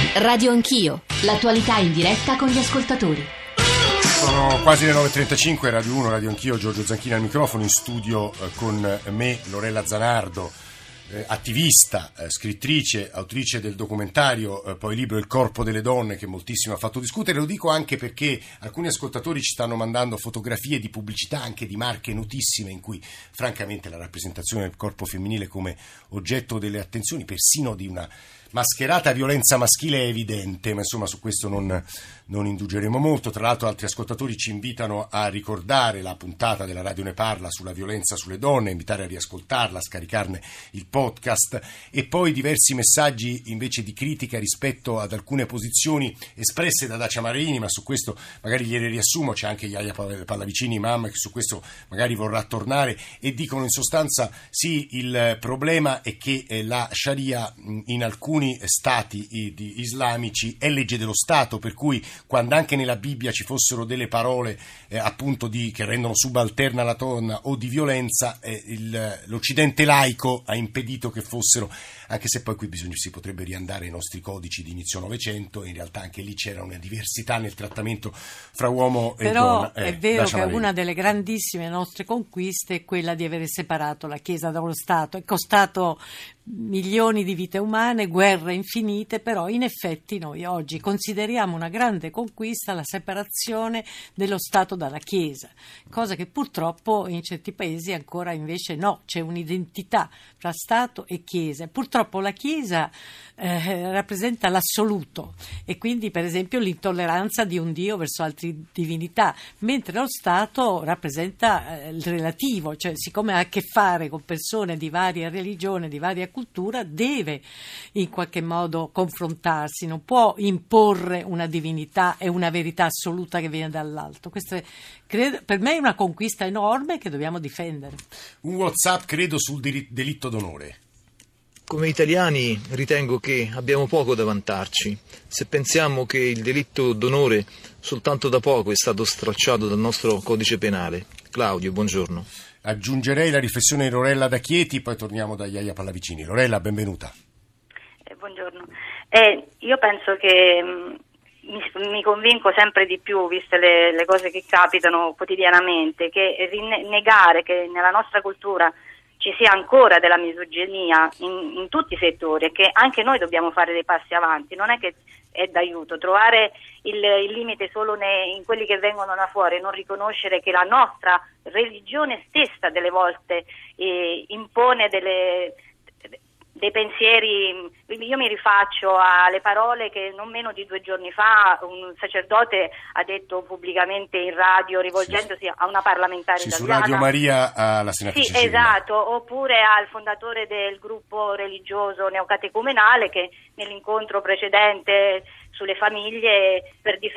Radio Anch'io, l'attualità in diretta con gli ascoltatori. Sono quasi le 9.35, Radio 1, Radio Anch'io, Giorgio Zanchini al microfono, in studio con me Lorella Zanardo, attivista, scrittrice, autrice del documentario, poi libro Il corpo delle donne, che moltissimo ha fatto discutere. Lo dico anche perché alcuni ascoltatori ci stanno mandando fotografie di pubblicità, anche di marche notissime, in cui francamente la rappresentazione del corpo femminile come oggetto delle attenzioni, persino di una mascherata violenza maschile, è evidente, ma insomma su questo non indugeremo molto. Tra l'altro altri ascoltatori ci invitano a ricordare la puntata della Radio Ne Parla sulla violenza sulle donne, invitare a riascoltarla, a scaricarne il podcast, e poi diversi messaggi invece di critica rispetto ad alcune posizioni espresse da Dacia Marini, ma su questo magari gliele riassumo. C'è anche Iaia Pallavicini, imam, che su questo magari vorrà tornare, e dicono in sostanza sì, il problema è che la Sharia in alcuni stati islamici è legge dello Stato, per cui quando anche nella Bibbia ci fossero delle parole appunto che rendono subalterna la donna o di violenza, l'Occidente laico ha impedito che fossero, anche se poi qui si potrebbe riandare ai nostri codici di inizio Novecento, in realtà anche lì c'era una diversità nel trattamento fra uomo e donna. Però è vero che una delle grandissime nostre conquiste è quella di avere separato la Chiesa dallo Stato. È costato milioni di vite umane, guerre infinite, però in effetti noi oggi consideriamo una grande conquista la separazione dello Stato dalla Chiesa, cosa che purtroppo in certi paesi ancora invece no, c'è un'identità fra Stato e Chiesa. Purtroppo la Chiesa rappresenta l'assoluto, e quindi per esempio l'intolleranza di un Dio verso altre divinità, mentre lo Stato rappresenta il relativo, cioè siccome ha a che fare con persone di varia religione, di varia cultura, deve in qualche modo confrontarsi, non può imporre una divinità e una verità assoluta che viene dall'alto. Questo per me è una conquista enorme che dobbiamo difendere. Un WhatsApp, credo, sul delitto d'onore. Come italiani ritengo che abbiamo poco da vantarci. Se pensiamo che il delitto d'onore soltanto da poco è stato stracciato dal nostro codice penale. Claudio, buongiorno. Aggiungerei la riflessione di Lorella da Chieti, poi torniamo da Iaia Pallavicini. Lorella, benvenuta. Buongiorno. Io penso che mi convinco sempre di più, viste le cose che capitano quotidianamente, che negare che nella nostra cultura ci sia ancora della misoginia in tutti i settori, e che anche noi dobbiamo fare dei passi avanti, non è che è d'aiuto. Trovare il limite solo in quelli che vengono da fuori, non riconoscere che la nostra religione stessa delle volte impone dei pensieri. Io mi rifaccio alle parole che non meno di 2 giorni fa un sacerdote ha detto pubblicamente in radio, rivolgendosi a una parlamentare italiana. Su Radio Maria, alla senatrice Sì, esatto, oppure al fondatore del gruppo religioso neocatecumenale, che nell'incontro precedente sulle famiglie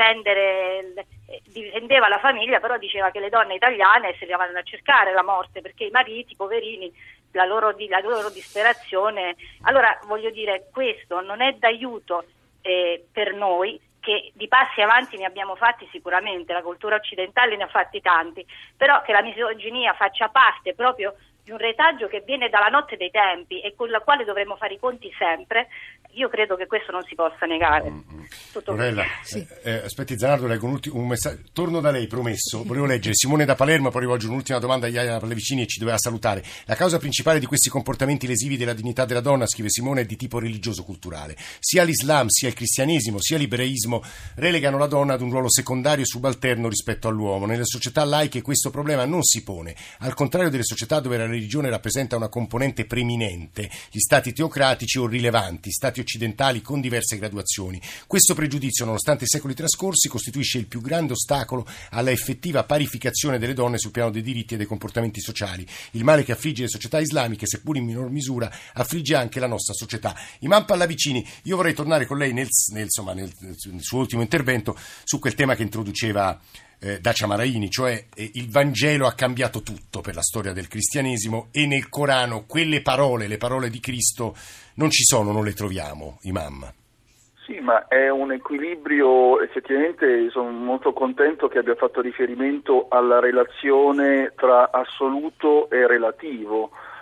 difendeva la famiglia, però diceva che le donne italiane se le vanno a cercare la morte, perché i mariti, poverini, la loro disperazione. Allora voglio dire, questo non è d'aiuto per noi, che di passi avanti ne abbiamo fatti sicuramente, la cultura occidentale ne ha fatti tanti, però che la misoginia faccia parte proprio di un retaggio che viene dalla notte dei tempi e con la quale dovremmo fare i conti sempre, io credo che questo non si possa negare. Lorella, sì. Aspetti Zanardo, leggo un messaggio. Torno da lei, promesso. Volevo leggere Simone da Palermo, poi rivolgo un'ultima domanda a Iaia Pallavicini e ci doveva salutare. La causa principale di questi comportamenti lesivi della dignità della donna, scrive Simone, è di tipo religioso-culturale. Sia l'Islam, sia il cristianesimo, sia l'ebraismo relegano la donna ad un ruolo secondario e subalterno rispetto all'uomo. Nelle società laiche questo problema non si pone, al contrario delle società dove la religione rappresenta una componente preminente, gli stati teocratici o rilevanti, stati occidentali con diverse graduazioni. Questo pregiudizio, nonostante i secoli trascorsi, costituisce il più grande ostacolo alla effettiva parificazione delle donne sul piano dei diritti e dei comportamenti sociali. Il male che affligge le società islamiche, seppur in minor misura, affligge anche la nostra società. Imam Pallavicini, io vorrei tornare con lei nel suo ultimo intervento su quel tema che introduceva Dacia Marini, cioè il Vangelo ha cambiato tutto per la storia del cristianesimo, e nel Corano quelle parole, le parole di Cristo, non ci sono, non le troviamo, imam. Sì, ma è un equilibrio, effettivamente sono molto contento che abbia fatto riferimento alla relazione tra assoluto e relativo,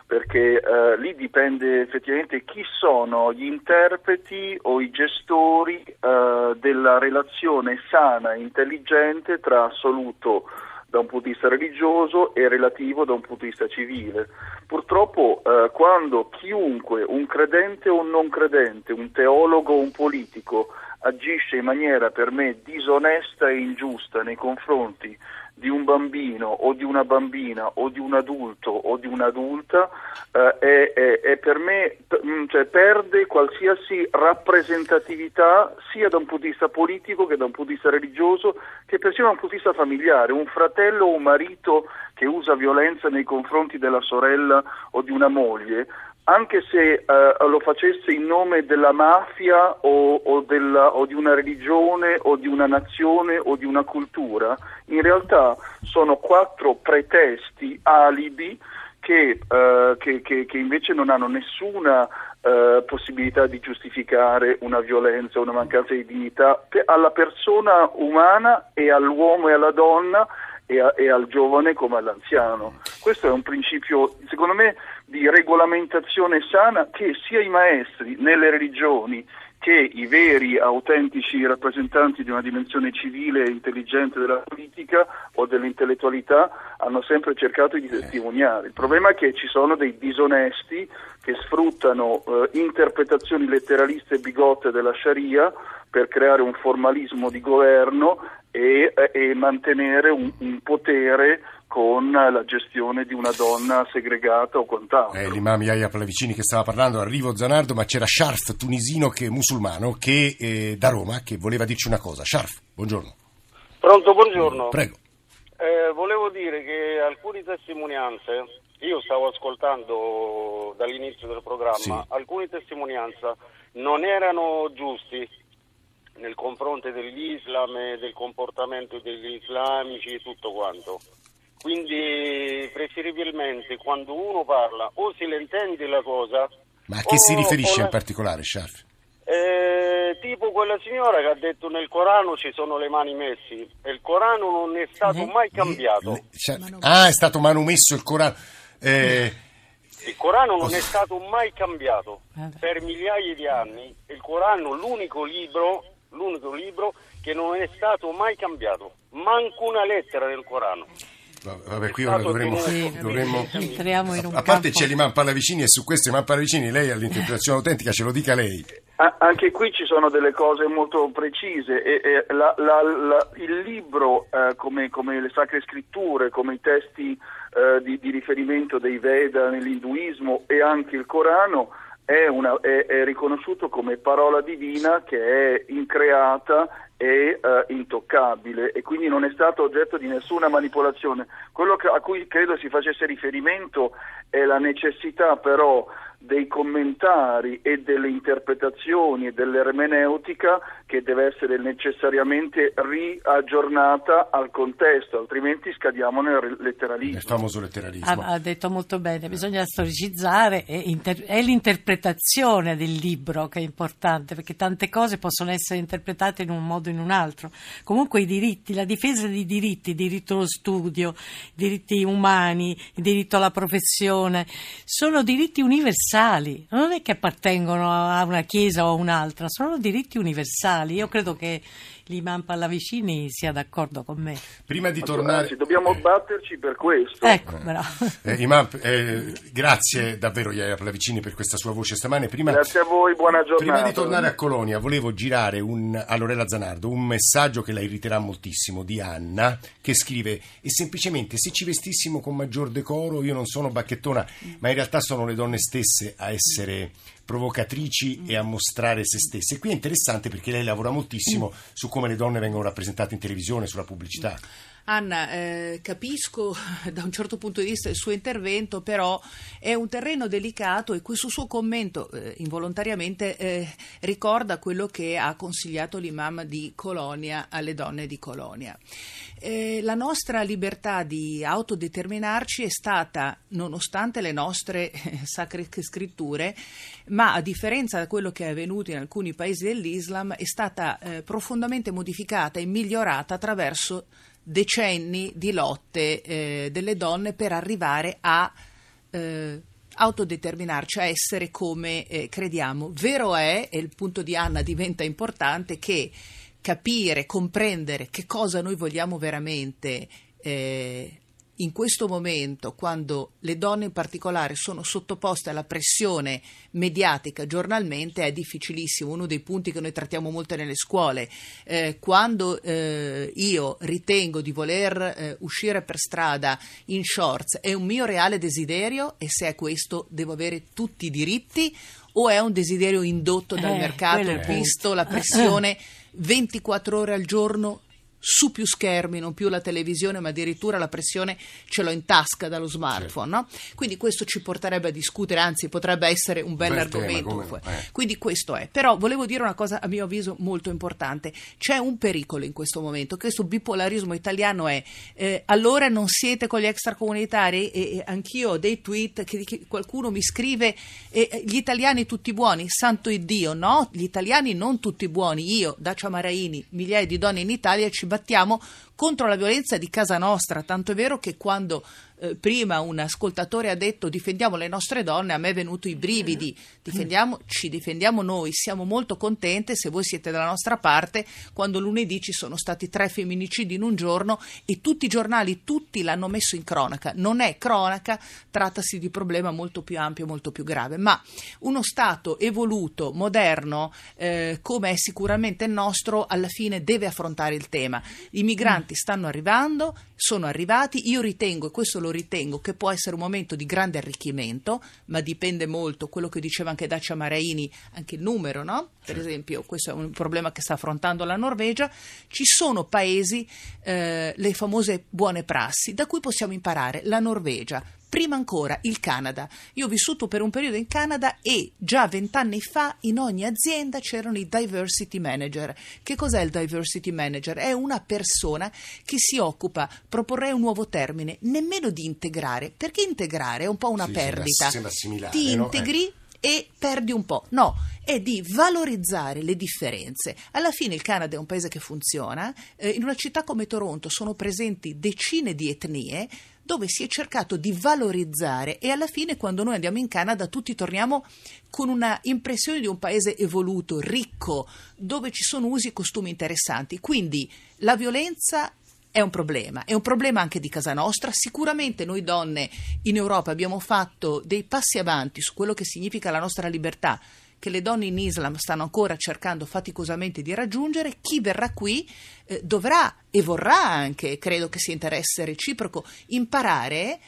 perché lì dipende effettivamente chi sono gli interpreti o i gestori della relazione sana e intelligente tra assoluto da un punto di vista religioso e relativo da un punto di vista civile. Purtroppo quando chiunque, un credente o un non credente, un teologo o un politico, agisce in maniera per me disonesta e ingiusta nei confronti di un bambino o di una bambina o di un adulto o di un'adulta, è per me, cioè perde qualsiasi rappresentatività sia da un punto di vista politico che da un punto di vista religioso, che persino da un punto di vista familiare. Un fratello o un marito che usa violenza nei confronti della sorella o di una moglie, anche se lo facesse in nome della mafia o di una religione o di una nazione o di una cultura, in realtà sono 4 pretesti, alibi che invece non hanno nessuna possibilità di giustificare una violenza, una mancanza di dignità alla persona umana e all'uomo e alla donna e al giovane come all'anziano. Questo è un principio, secondo me, di regolamentazione sana che sia i maestri nelle religioni che i veri autentici rappresentanti di una dimensione civile e intelligente della politica o dell'intellettualità hanno sempre cercato di testimoniare. Il problema è che ci sono dei disonesti che sfruttano interpretazioni letteraliste e bigotte della Sharia per creare un formalismo di governo e mantenere un potere con la gestione di una donna segregata o quant'altro. L'imam Yahya Pallavicini che stava parlando, arrivo Zanardo, ma c'era Sharf, tunisino musulmano, che da Roma, che voleva dirci una cosa. Sharf, buongiorno. Pronto, buongiorno. Prego. Volevo dire che alcune testimonianze, io stavo ascoltando dall'inizio del programma, sì. Alcune testimonianze non erano giusti nel confronto dell'Islam e del comportamento degli islamici e tutto quanto. Quindi preferibilmente quando uno parla o si intende la cosa. Ma a che si riferisce in particolare, Sharf? Tipo quella signora che ha detto nel Corano ci sono le mani messi, e il Corano non è stato mai cambiato. È stato manumesso il Corano. Il Corano non è stato mai cambiato per migliaia di anni. Il Corano l'unico libro che non è stato mai cambiato, manco una lettera del Corano. Vabbè, qui ora dovremmo entriamo in un a parte campo. c'è l'imam Pallavicini, e su questo imam Pallavicini lei ha l'interpretazione autentica, ce lo dica lei. Anche qui ci sono delle cose molto precise e il libro come le sacre scritture, come i testi di riferimento dei Veda nell'induismo e anche il Corano è riconosciuto come parola divina che è increata e intoccabile, e quindi non è stato oggetto di nessuna manipolazione. Quello a cui credo si facesse riferimento è la necessità però dei commentari e delle interpretazioni e dell'ermeneutica che deve essere necessariamente riaggiornata al contesto, altrimenti scadiamo nel letteralismo. Il famoso letteralismo. Ha detto molto bene, bisogna storicizzare, è l'interpretazione del libro che è importante, perché tante cose possono essere interpretate in un modo o in un altro. Comunque i diritti, la difesa dei diritti, il diritto allo studio, i diritti umani, il diritto alla professione, sono diritti universali. Non è che appartengono a una chiesa o a un'altra, sono diritti universali. Io credo che l'imam Pallavicini sia d'accordo con me. Prima di tornare, anzi, dobbiamo batterci per questo. Ecco, bravo. Imam, grazie davvero Yahya Pallavicini per questa sua voce stamane. Grazie a voi, buona giornata. Prima di tornare a Colonia volevo girare a Lorella Zanardo un messaggio che la irriterà moltissimo di Anna, che scrive: e semplicemente se ci vestissimo con maggior decoro, io non sono bacchettona, ma in realtà sono le donne stesse a essere provocatrici e a mostrare se stesse. Qui è interessante perché lei lavora moltissimo su come le donne vengono rappresentate in televisione, sulla pubblicità. Anna, capisco da un certo punto di vista il suo intervento, però è un terreno delicato e questo suo commento involontariamente ricorda quello che ha consigliato l'imam di Colonia alle donne di Colonia. La nostra libertà di autodeterminarci è stata, nonostante le nostre sacre scritture, ma a differenza da quello che è avvenuto in alcuni paesi dell'Islam, è stata profondamente modificata e migliorata attraverso decenni di lotte delle donne per arrivare a autodeterminarci a essere come crediamo. Vero è, e il punto di Anna diventa importante, che capire, comprendere che cosa noi vogliamo veramente in questo momento, quando le donne in particolare sono sottoposte alla pressione mediatica giornalmente, è difficilissimo. Uno dei punti che noi trattiamo molto nelle scuole, quando io ritengo di voler uscire per strada in shorts, è un mio reale desiderio, e se è questo devo avere tutti i diritti, o è un desiderio indotto dal mercato, visto la pressione 24 ore al giorno su più schermi, non più la televisione, ma addirittura la pressione ce l'ho in tasca dallo smartphone, no? Quindi questo ci porterebbe a discutere, anzi potrebbe essere un bel argomento. Quindi questo è. Però volevo dire una cosa a mio avviso molto importante: c'è un pericolo in questo momento, che questo bipolarismo italiano è allora non siete con gli extracomunitari, e anch'io ho dei tweet che qualcuno mi scrive gli italiani tutti buoni, santo Iddio, no, gli italiani non tutti buoni. Io, Dacia Maraini, migliaia di donne in Italia ci battiamo contro la violenza di casa nostra, tanto è vero che quando prima un ascoltatore ha detto difendiamo le nostre donne, a me è venuto i brividi. Ci difendiamo noi, siamo molto contente se voi siete dalla nostra parte, quando lunedì ci sono stati 3 femminicidi in un giorno e tutti i giornali, tutti l'hanno messo in cronaca. Non è cronaca, trattasi di problema molto più ampio, molto più grave, ma uno Stato evoluto, moderno, come è sicuramente il nostro, alla fine deve affrontare il tema. I migranti stanno arrivando, sono arrivati, io ritengo, e questo lo ritengo, che può essere un momento di grande arricchimento, ma dipende molto, quello che diceva anche Dacia Maraini, anche il numero, no? Per esempio, questo è un problema che sta affrontando la Norvegia. Ci sono paesi, le famose buone prassi, da cui possiamo imparare. La Norvegia, prima ancora il Canada. Io ho vissuto per un periodo in Canada e già 20 anni fa in ogni azienda c'erano i diversity manager. Che cos'è il diversity manager? È una persona che si occupa, proporrei un nuovo termine, nemmeno di integrare, perché integrare è un po' una perdita. Sembra assimilare, ti integri e perdi un po'. No, è di valorizzare le differenze. Alla fine il Canada è un paese che funziona. In una città come Toronto sono presenti decine di etnie dove si è cercato di valorizzare, e alla fine quando noi andiamo in Canada tutti torniamo con una impressione di un paese evoluto, ricco, dove ci sono usi e costumi interessanti. Quindi la violenza è un problema anche di casa nostra. Sicuramente noi donne in Europa abbiamo fatto dei passi avanti su quello che significa la nostra libertà, che le donne in Islam stanno ancora cercando faticosamente di raggiungere. Chi verrà qui dovrà e vorrà anche, credo che sia interesse reciproco, imparare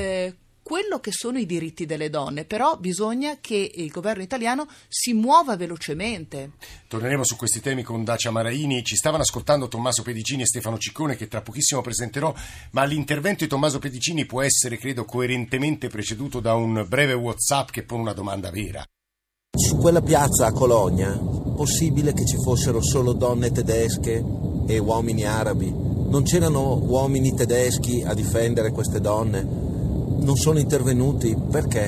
quello che sono i diritti delle donne, però bisogna che il governo italiano si muova velocemente. Torneremo su questi temi con Dacia Maraini. Ci stavano ascoltando Tommaso Pedicini e Stefano Ciccone, che tra pochissimo presenterò, ma l'intervento di Tommaso Pedicini può essere, credo, coerentemente preceduto da un breve WhatsApp che pone una domanda vera. Su quella piazza a Colonia, possibile che ci fossero solo donne tedesche e uomini arabi? Non c'erano uomini tedeschi a difendere queste donne? Non sono intervenuti? Perché?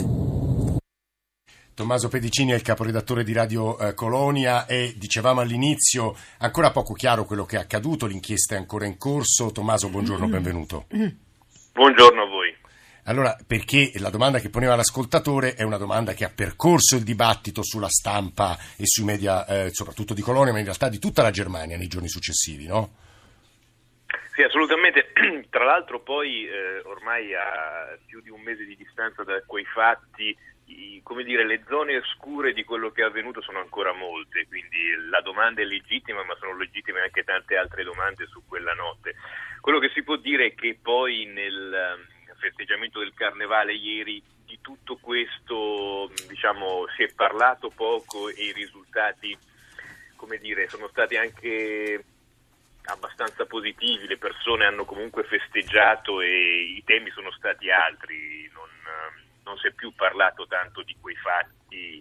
Tommaso Pedicini è il caporedattore di Radio Colonia e dicevamo all'inizio ancora poco chiaro quello che è accaduto, l'inchiesta è ancora in corso. Tommaso, buongiorno, benvenuto. Buongiorno a voi. Allora, perché la domanda che poneva l'ascoltatore è una domanda che ha percorso il dibattito sulla stampa e sui media, soprattutto di Colonia, ma in realtà di tutta la Germania nei giorni successivi, no? Sì, assolutamente. Tra l'altro poi ormai a più di un mese di distanza da quei fatti, come dire, le zone oscure di quello che è avvenuto sono ancora molte, quindi la domanda è legittima, ma sono legittime anche tante altre domande su quella notte. Quello che si può dire è che poi nel festeggiamento del Carnevale ieri di tutto questo, diciamo, si è parlato poco e i risultati, come dire, sono stati anche abbastanza positivi. Le persone hanno comunque festeggiato e i temi sono stati altri, non si è più parlato tanto di quei fatti.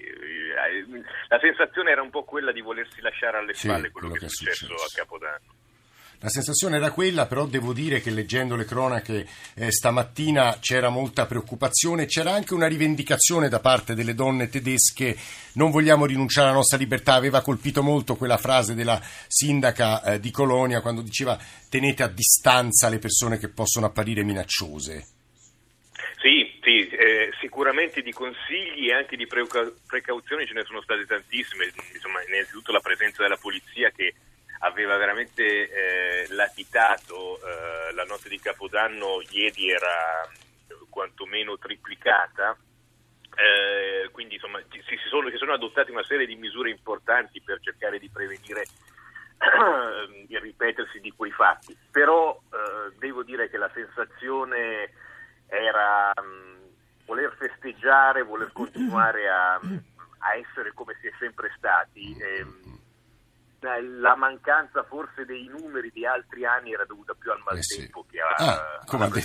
La sensazione era un po' quella di volersi lasciare alle spalle quello che è successo a Capodanno. La sensazione era quella, però devo dire che leggendo le cronache stamattina c'era molta preoccupazione, c'era anche una rivendicazione da parte delle donne tedesche: non vogliamo rinunciare alla nostra libertà. Aveva colpito molto quella frase della sindaca di Colonia quando diceva tenete a distanza le persone che possono apparire minacciose. Sì, Sì, sicuramente di consigli e anche di precauzioni ce ne sono state tantissime, insomma, innanzitutto la presenza della polizia che aveva veramente latitato la notte di Capodanno, ieri era quantomeno triplicata, quindi insomma si sono adottate una serie di misure importanti per cercare di prevenire il ripetersi di quei fatti, però devo dire che la sensazione era voler festeggiare, voler continuare a essere come si è sempre stati. La mancanza forse dei numeri di altri anni era dovuta più al maltempo che come ha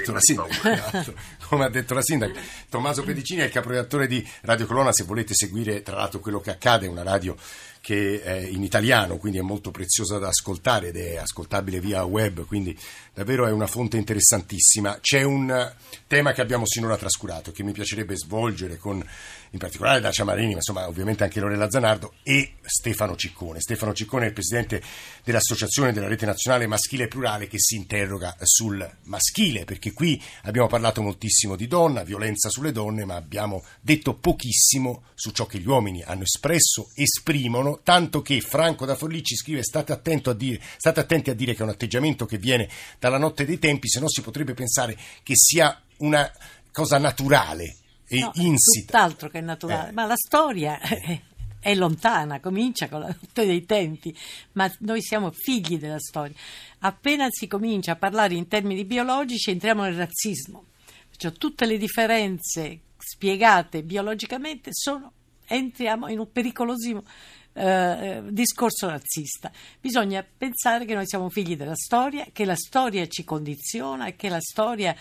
detto la sindaca. Tommaso Pedicini è il caporedattore di Radio Colonna. Se volete seguire tra l'altro quello che accade, è una radio che è in italiano, quindi è molto preziosa da ascoltare ed è ascoltabile via web, quindi davvero è una fonte interessantissima. C'è un tema che abbiamo sinora trascurato, che mi piacerebbe svolgere con in particolare Dacia Marini, ma insomma ovviamente anche Lorella Zanardo e Stefano Ciccone. Stefano Ciccone è il presidente dell'Associazione della Rete Nazionale Maschile e Plurale, che si interroga sul maschile, perché qui abbiamo parlato moltissimo di donna, violenza sulle donne, ma abbiamo detto pochissimo su ciò che gli uomini hanno esprimono, tanto che Franco da Forlì ci scrive: state attenti a dire che è un atteggiamento che viene dalla notte dei tempi, se no si potrebbe pensare che sia una cosa naturale e insita. Tutt'altro che naturale, ma la storia è lontana, comincia con la notte dei tempi, ma noi siamo figli della storia. Appena si comincia a parlare in termini biologici entriamo nel razzismo, cioè tutte le differenze spiegate biologicamente entriamo in un pericolosissimo discorso razzista. Bisogna pensare che noi siamo figli della storia, che la storia ci condiziona e che la storia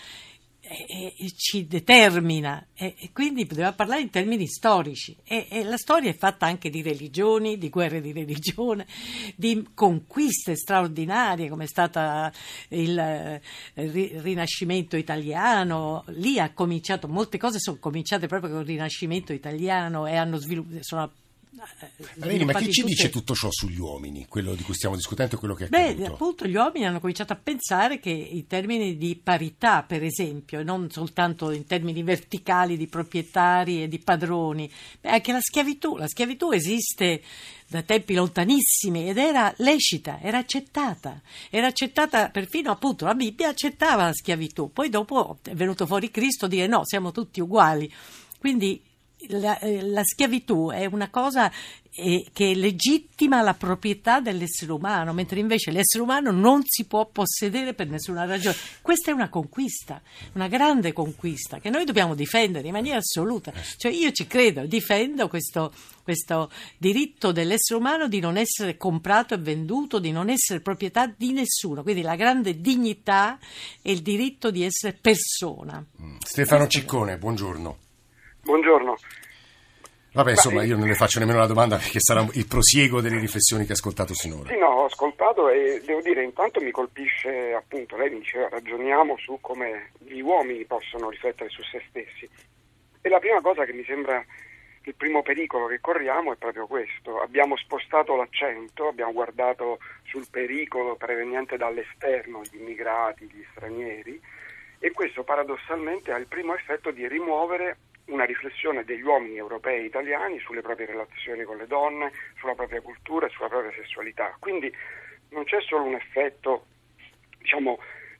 ci determina, e quindi dobbiamo parlare in termini storici, e la storia è fatta anche di religioni, di guerre di religione, di conquiste straordinarie come è stata il Rinascimento italiano. Lì ha cominciato, molte cose sono cominciate proprio con il Rinascimento italiano e hanno sviluppato. Marini, ma che ci dice tutto ciò sugli uomini, quello di cui stiamo discutendo e quello che è accaduto? Appunto, gli uomini hanno cominciato a pensare che in termini di parità, per esempio, e non soltanto in termini verticali di proprietari e di padroni, anche la schiavitù esiste da tempi lontanissimi ed era lecita, era accettata perfino, appunto, la Bibbia accettava la schiavitù. Poi dopo è venuto fuori Cristo a dire no, siamo tutti uguali. Quindi la schiavitù è una cosa che legittima la proprietà dell'essere umano, mentre invece l'essere umano non si può possedere per nessuna ragione. Questa è una conquista, una grande conquista che noi dobbiamo difendere in maniera assoluta. Cioè io ci credo, difendo questo diritto dell'essere umano di non essere comprato e venduto, di non essere proprietà di nessuno, quindi la grande dignità e il diritto di essere persona. Stefano Ciccone, buongiorno. Buongiorno. Vabbè, insomma, io non le faccio nemmeno la domanda perché sarà il prosieguo delle riflessioni che ho ascoltato sinora. Sì, no, ho ascoltato e devo dire, intanto mi colpisce, appunto, lei mi diceva, ragioniamo su come gli uomini possono riflettere su se stessi. E la prima cosa che mi sembra, il primo pericolo che corriamo è proprio questo. Abbiamo spostato l'accento, abbiamo guardato sul pericolo proveniente dall'esterno, gli immigrati, gli stranieri, e questo paradossalmente ha il primo effetto di rimuovere una riflessione degli uomini europei e italiani sulle proprie relazioni con le donne, sulla propria cultura e sulla propria sessualità. Quindi non c'è solo un effetto, diciamo,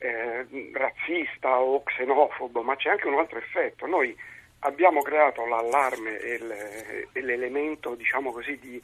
razzista o xenofobo, ma c'è anche un altro effetto. Noi abbiamo creato l'allarme e l'elemento, diciamo così, di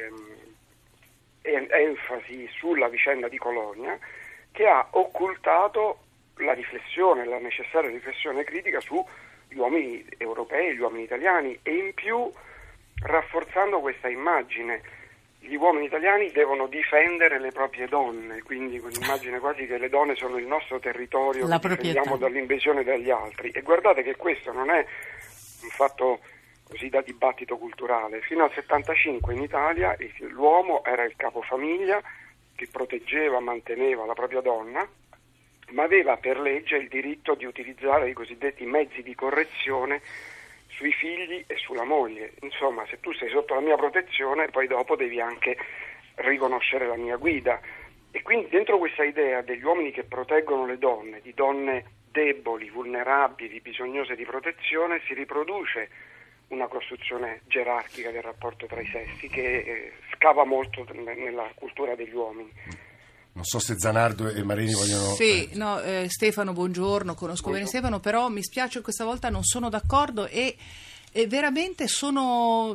enfasi sulla vicenda di Colonia, che ha occultato la riflessione, la necessaria riflessione critica su gli uomini europei, gli uomini italiani, e in più rafforzando questa immagine. Gli uomini italiani devono difendere le proprie donne, quindi con l'immagine quasi che le donne sono il nostro territorio, che difendiamo dall'invasione degli altri. E guardate che questo non è un fatto così da dibattito culturale. Fino al 75 in Italia l'uomo era il capofamiglia che proteggeva, manteneva la propria donna, ma aveva per legge il diritto di utilizzare i cosiddetti mezzi di correzione sui figli e sulla moglie. Insomma, se tu sei sotto la mia protezione, poi dopo devi anche riconoscere la mia guida. E quindi dentro questa idea degli uomini che proteggono le donne, di donne deboli, vulnerabili, bisognose di protezione, si riproduce una costruzione gerarchica del rapporto tra i sessi che scava molto nella cultura degli uomini. Non so se Zanardo e Marini vogliono... Sì, Stefano, buongiorno, conosco bene Stefano, però mi spiace questa volta non sono d'accordo e veramente sono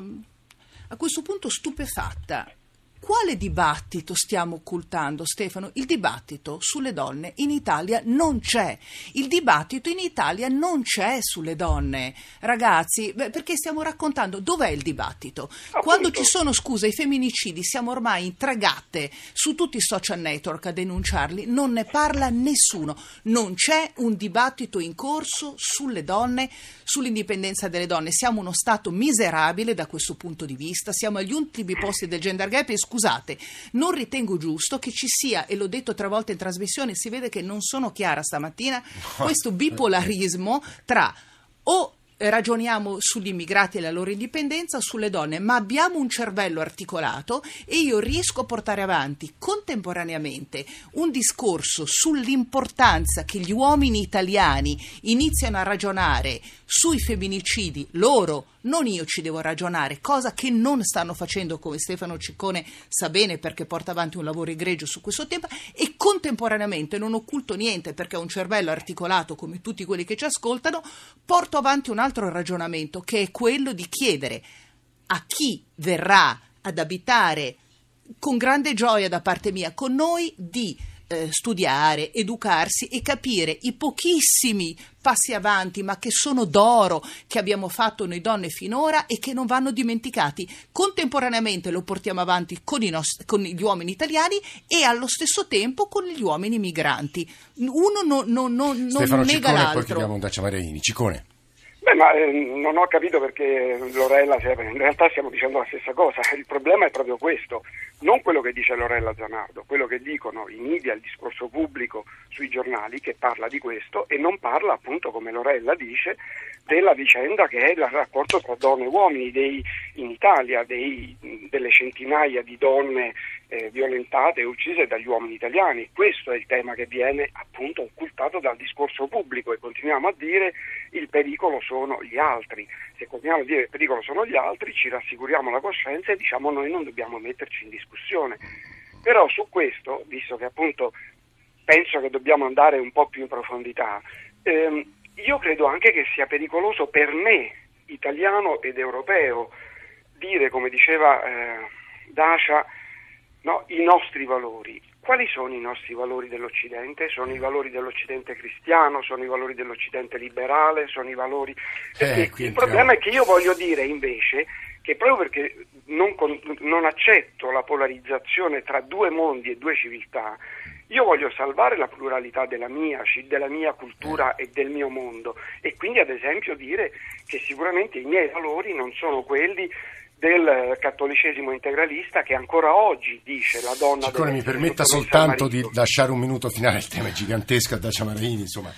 a questo punto stupefatta. Quale dibattito stiamo occultando, Stefano? Il dibattito sulle donne in Italia non c'è. Il dibattito in Italia non c'è sulle donne. Ragazzi, perché stiamo raccontando dov'è il dibattito? Appunto. Quando ci sono, scusa, i femminicidi, siamo ormai in 3 gatte su tutti i social network a denunciarli, non ne parla nessuno. Non c'è un dibattito in corso sulle donne, sull'indipendenza delle donne. Siamo uno Stato miserabile da questo punto di vista, siamo agli ultimi posti del gender gap e scusate, non ritengo giusto che ci sia, e l'ho detto 3 volte in trasmissione, si vede che non sono chiara stamattina, questo bipolarismo tra o ragioniamo sugli immigrati e la loro indipendenza o sulle donne, ma abbiamo un cervello articolato e io riesco a portare avanti contemporaneamente un discorso sull'importanza che gli uomini italiani iniziano a ragionare sui femminicidi, loro, non io ci devo ragionare, cosa che non stanno facendo, come Stefano Ciccone sa bene perché porta avanti un lavoro egregio su questo tema, e contemporaneamente non occulto niente perché ho un cervello articolato come tutti quelli che ci ascoltano, porto avanti un altro ragionamento che è quello di chiedere a chi verrà ad abitare con grande gioia da parte mia con noi di studiare, educarsi e capire i pochissimi passi avanti, ma che sono d'oro, che abbiamo fatto noi donne finora e che non vanno dimenticati. Contemporaneamente lo portiamo avanti con gli uomini italiani e allo stesso tempo con gli uomini migranti. Uno non Stefano nega Ciccone, l'altro. poi chiediamo Dacia Marini. Ciccone. Non ho capito perché Lorella, in realtà stiamo dicendo la stessa cosa. Il problema è proprio questo, non quello che dice Lorella Zanardo, quello che dicono i media, il discorso pubblico sui giornali che parla di questo e non parla, appunto, come Lorella dice, della vicenda che è il rapporto tra donne e uomini in Italia, delle centinaia di donne violentate e uccise dagli uomini italiani. Questo è il tema che viene appunto occultato dal discorso pubblico e continuiamo a dire il pericolo sono gli altri. Se continuiamo a dire il pericolo sono gli altri, ci rassicuriamo la coscienza e diciamo noi non dobbiamo metterci in discussione. Però su questo, visto che appunto penso che dobbiamo andare un po' più in profondità, io credo anche che sia pericoloso per me, italiano ed europeo, dire, come diceva Dacia, i nostri valori. Quali sono i nostri valori dell'Occidente? Sono i valori dell'Occidente cristiano, sono i valori dell'Occidente liberale, sono i valori... Il problema è che io voglio dire invece che proprio perché non accetto la polarizzazione tra 2 mondi e 2 civiltà, io voglio salvare la pluralità della mia cultura e del mio mondo e quindi ad esempio dire che sicuramente i miei valori non sono quelli del cattolicesimo integralista che ancora oggi dice la donna... Ciccone, mi permetta soltanto di lasciare un minuto finale, il tema è gigantesco a Dacia Marini, insomma...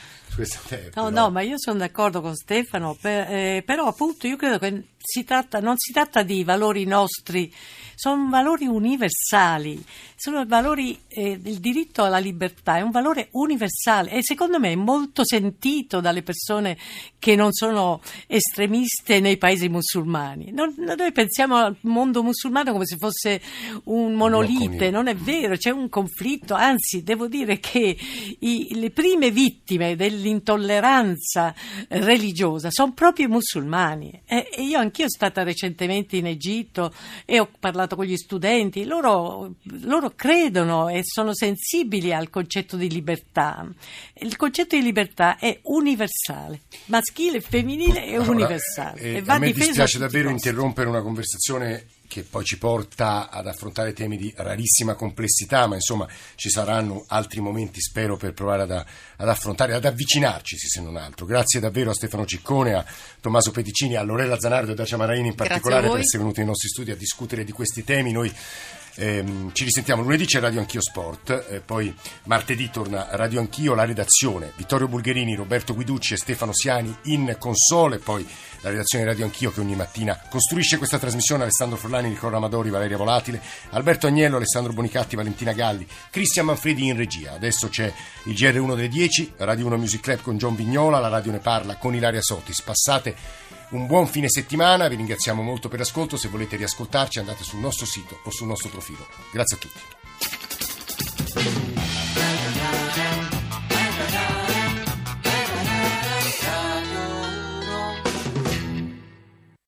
No, ma io sono d'accordo con Stefano, però appunto io credo che non si tratta di valori nostri, sono valori universali, sono valori, il diritto alla libertà è un valore universale e secondo me è molto sentito dalle persone che non sono estremiste nei paesi musulmani. Noi pensiamo al mondo musulmano come se fosse un monolite, non è vero, c'è un conflitto, anzi devo dire che le prime vittime dell'intolleranza religiosa sono proprio i musulmani e io anch'io sono stata recentemente in Egitto e ho parlato con gli studenti, loro credono e sono sensibili al concetto di libertà. Il concetto di libertà è universale, maschile e femminile è universale e va a me difeso. Dispiace davvero interrompere una conversazione che poi ci porta ad affrontare temi di rarissima complessità, ma insomma ci saranno altri momenti, spero, per provare ad affrontare, ad avvicinarci, se non altro. Grazie davvero a Stefano Ciccone, a Tommaso Peticini, a Lorella Zanardo e a Dacia Marini in particolare per essere venuti nei nostri studi a discutere di questi temi. Noi Ci risentiamo lunedì, c'è Radio Anch'io Sport, poi martedì torna Radio Anch'io, la redazione Vittorio Bulgherini, Roberto Guiducci e Stefano Siani in console, poi la redazione di Radio Anch'io che ogni mattina costruisce questa trasmissione: Alessandro Forlani, Nicola Amadori, Valeria Volatile, Alberto Agnello, Alessandro Bonicatti, Valentina Galli, Cristian Manfredi in regia. Adesso c'è il GR1 delle 10, Radio 1 Music Club con John Vignola, la radio ne parla con Ilaria Sotis. Passate un buon fine settimana, vi ringraziamo molto per l'ascolto. Se volete riascoltarci andate sul nostro sito o sul nostro profilo. Grazie a tutti.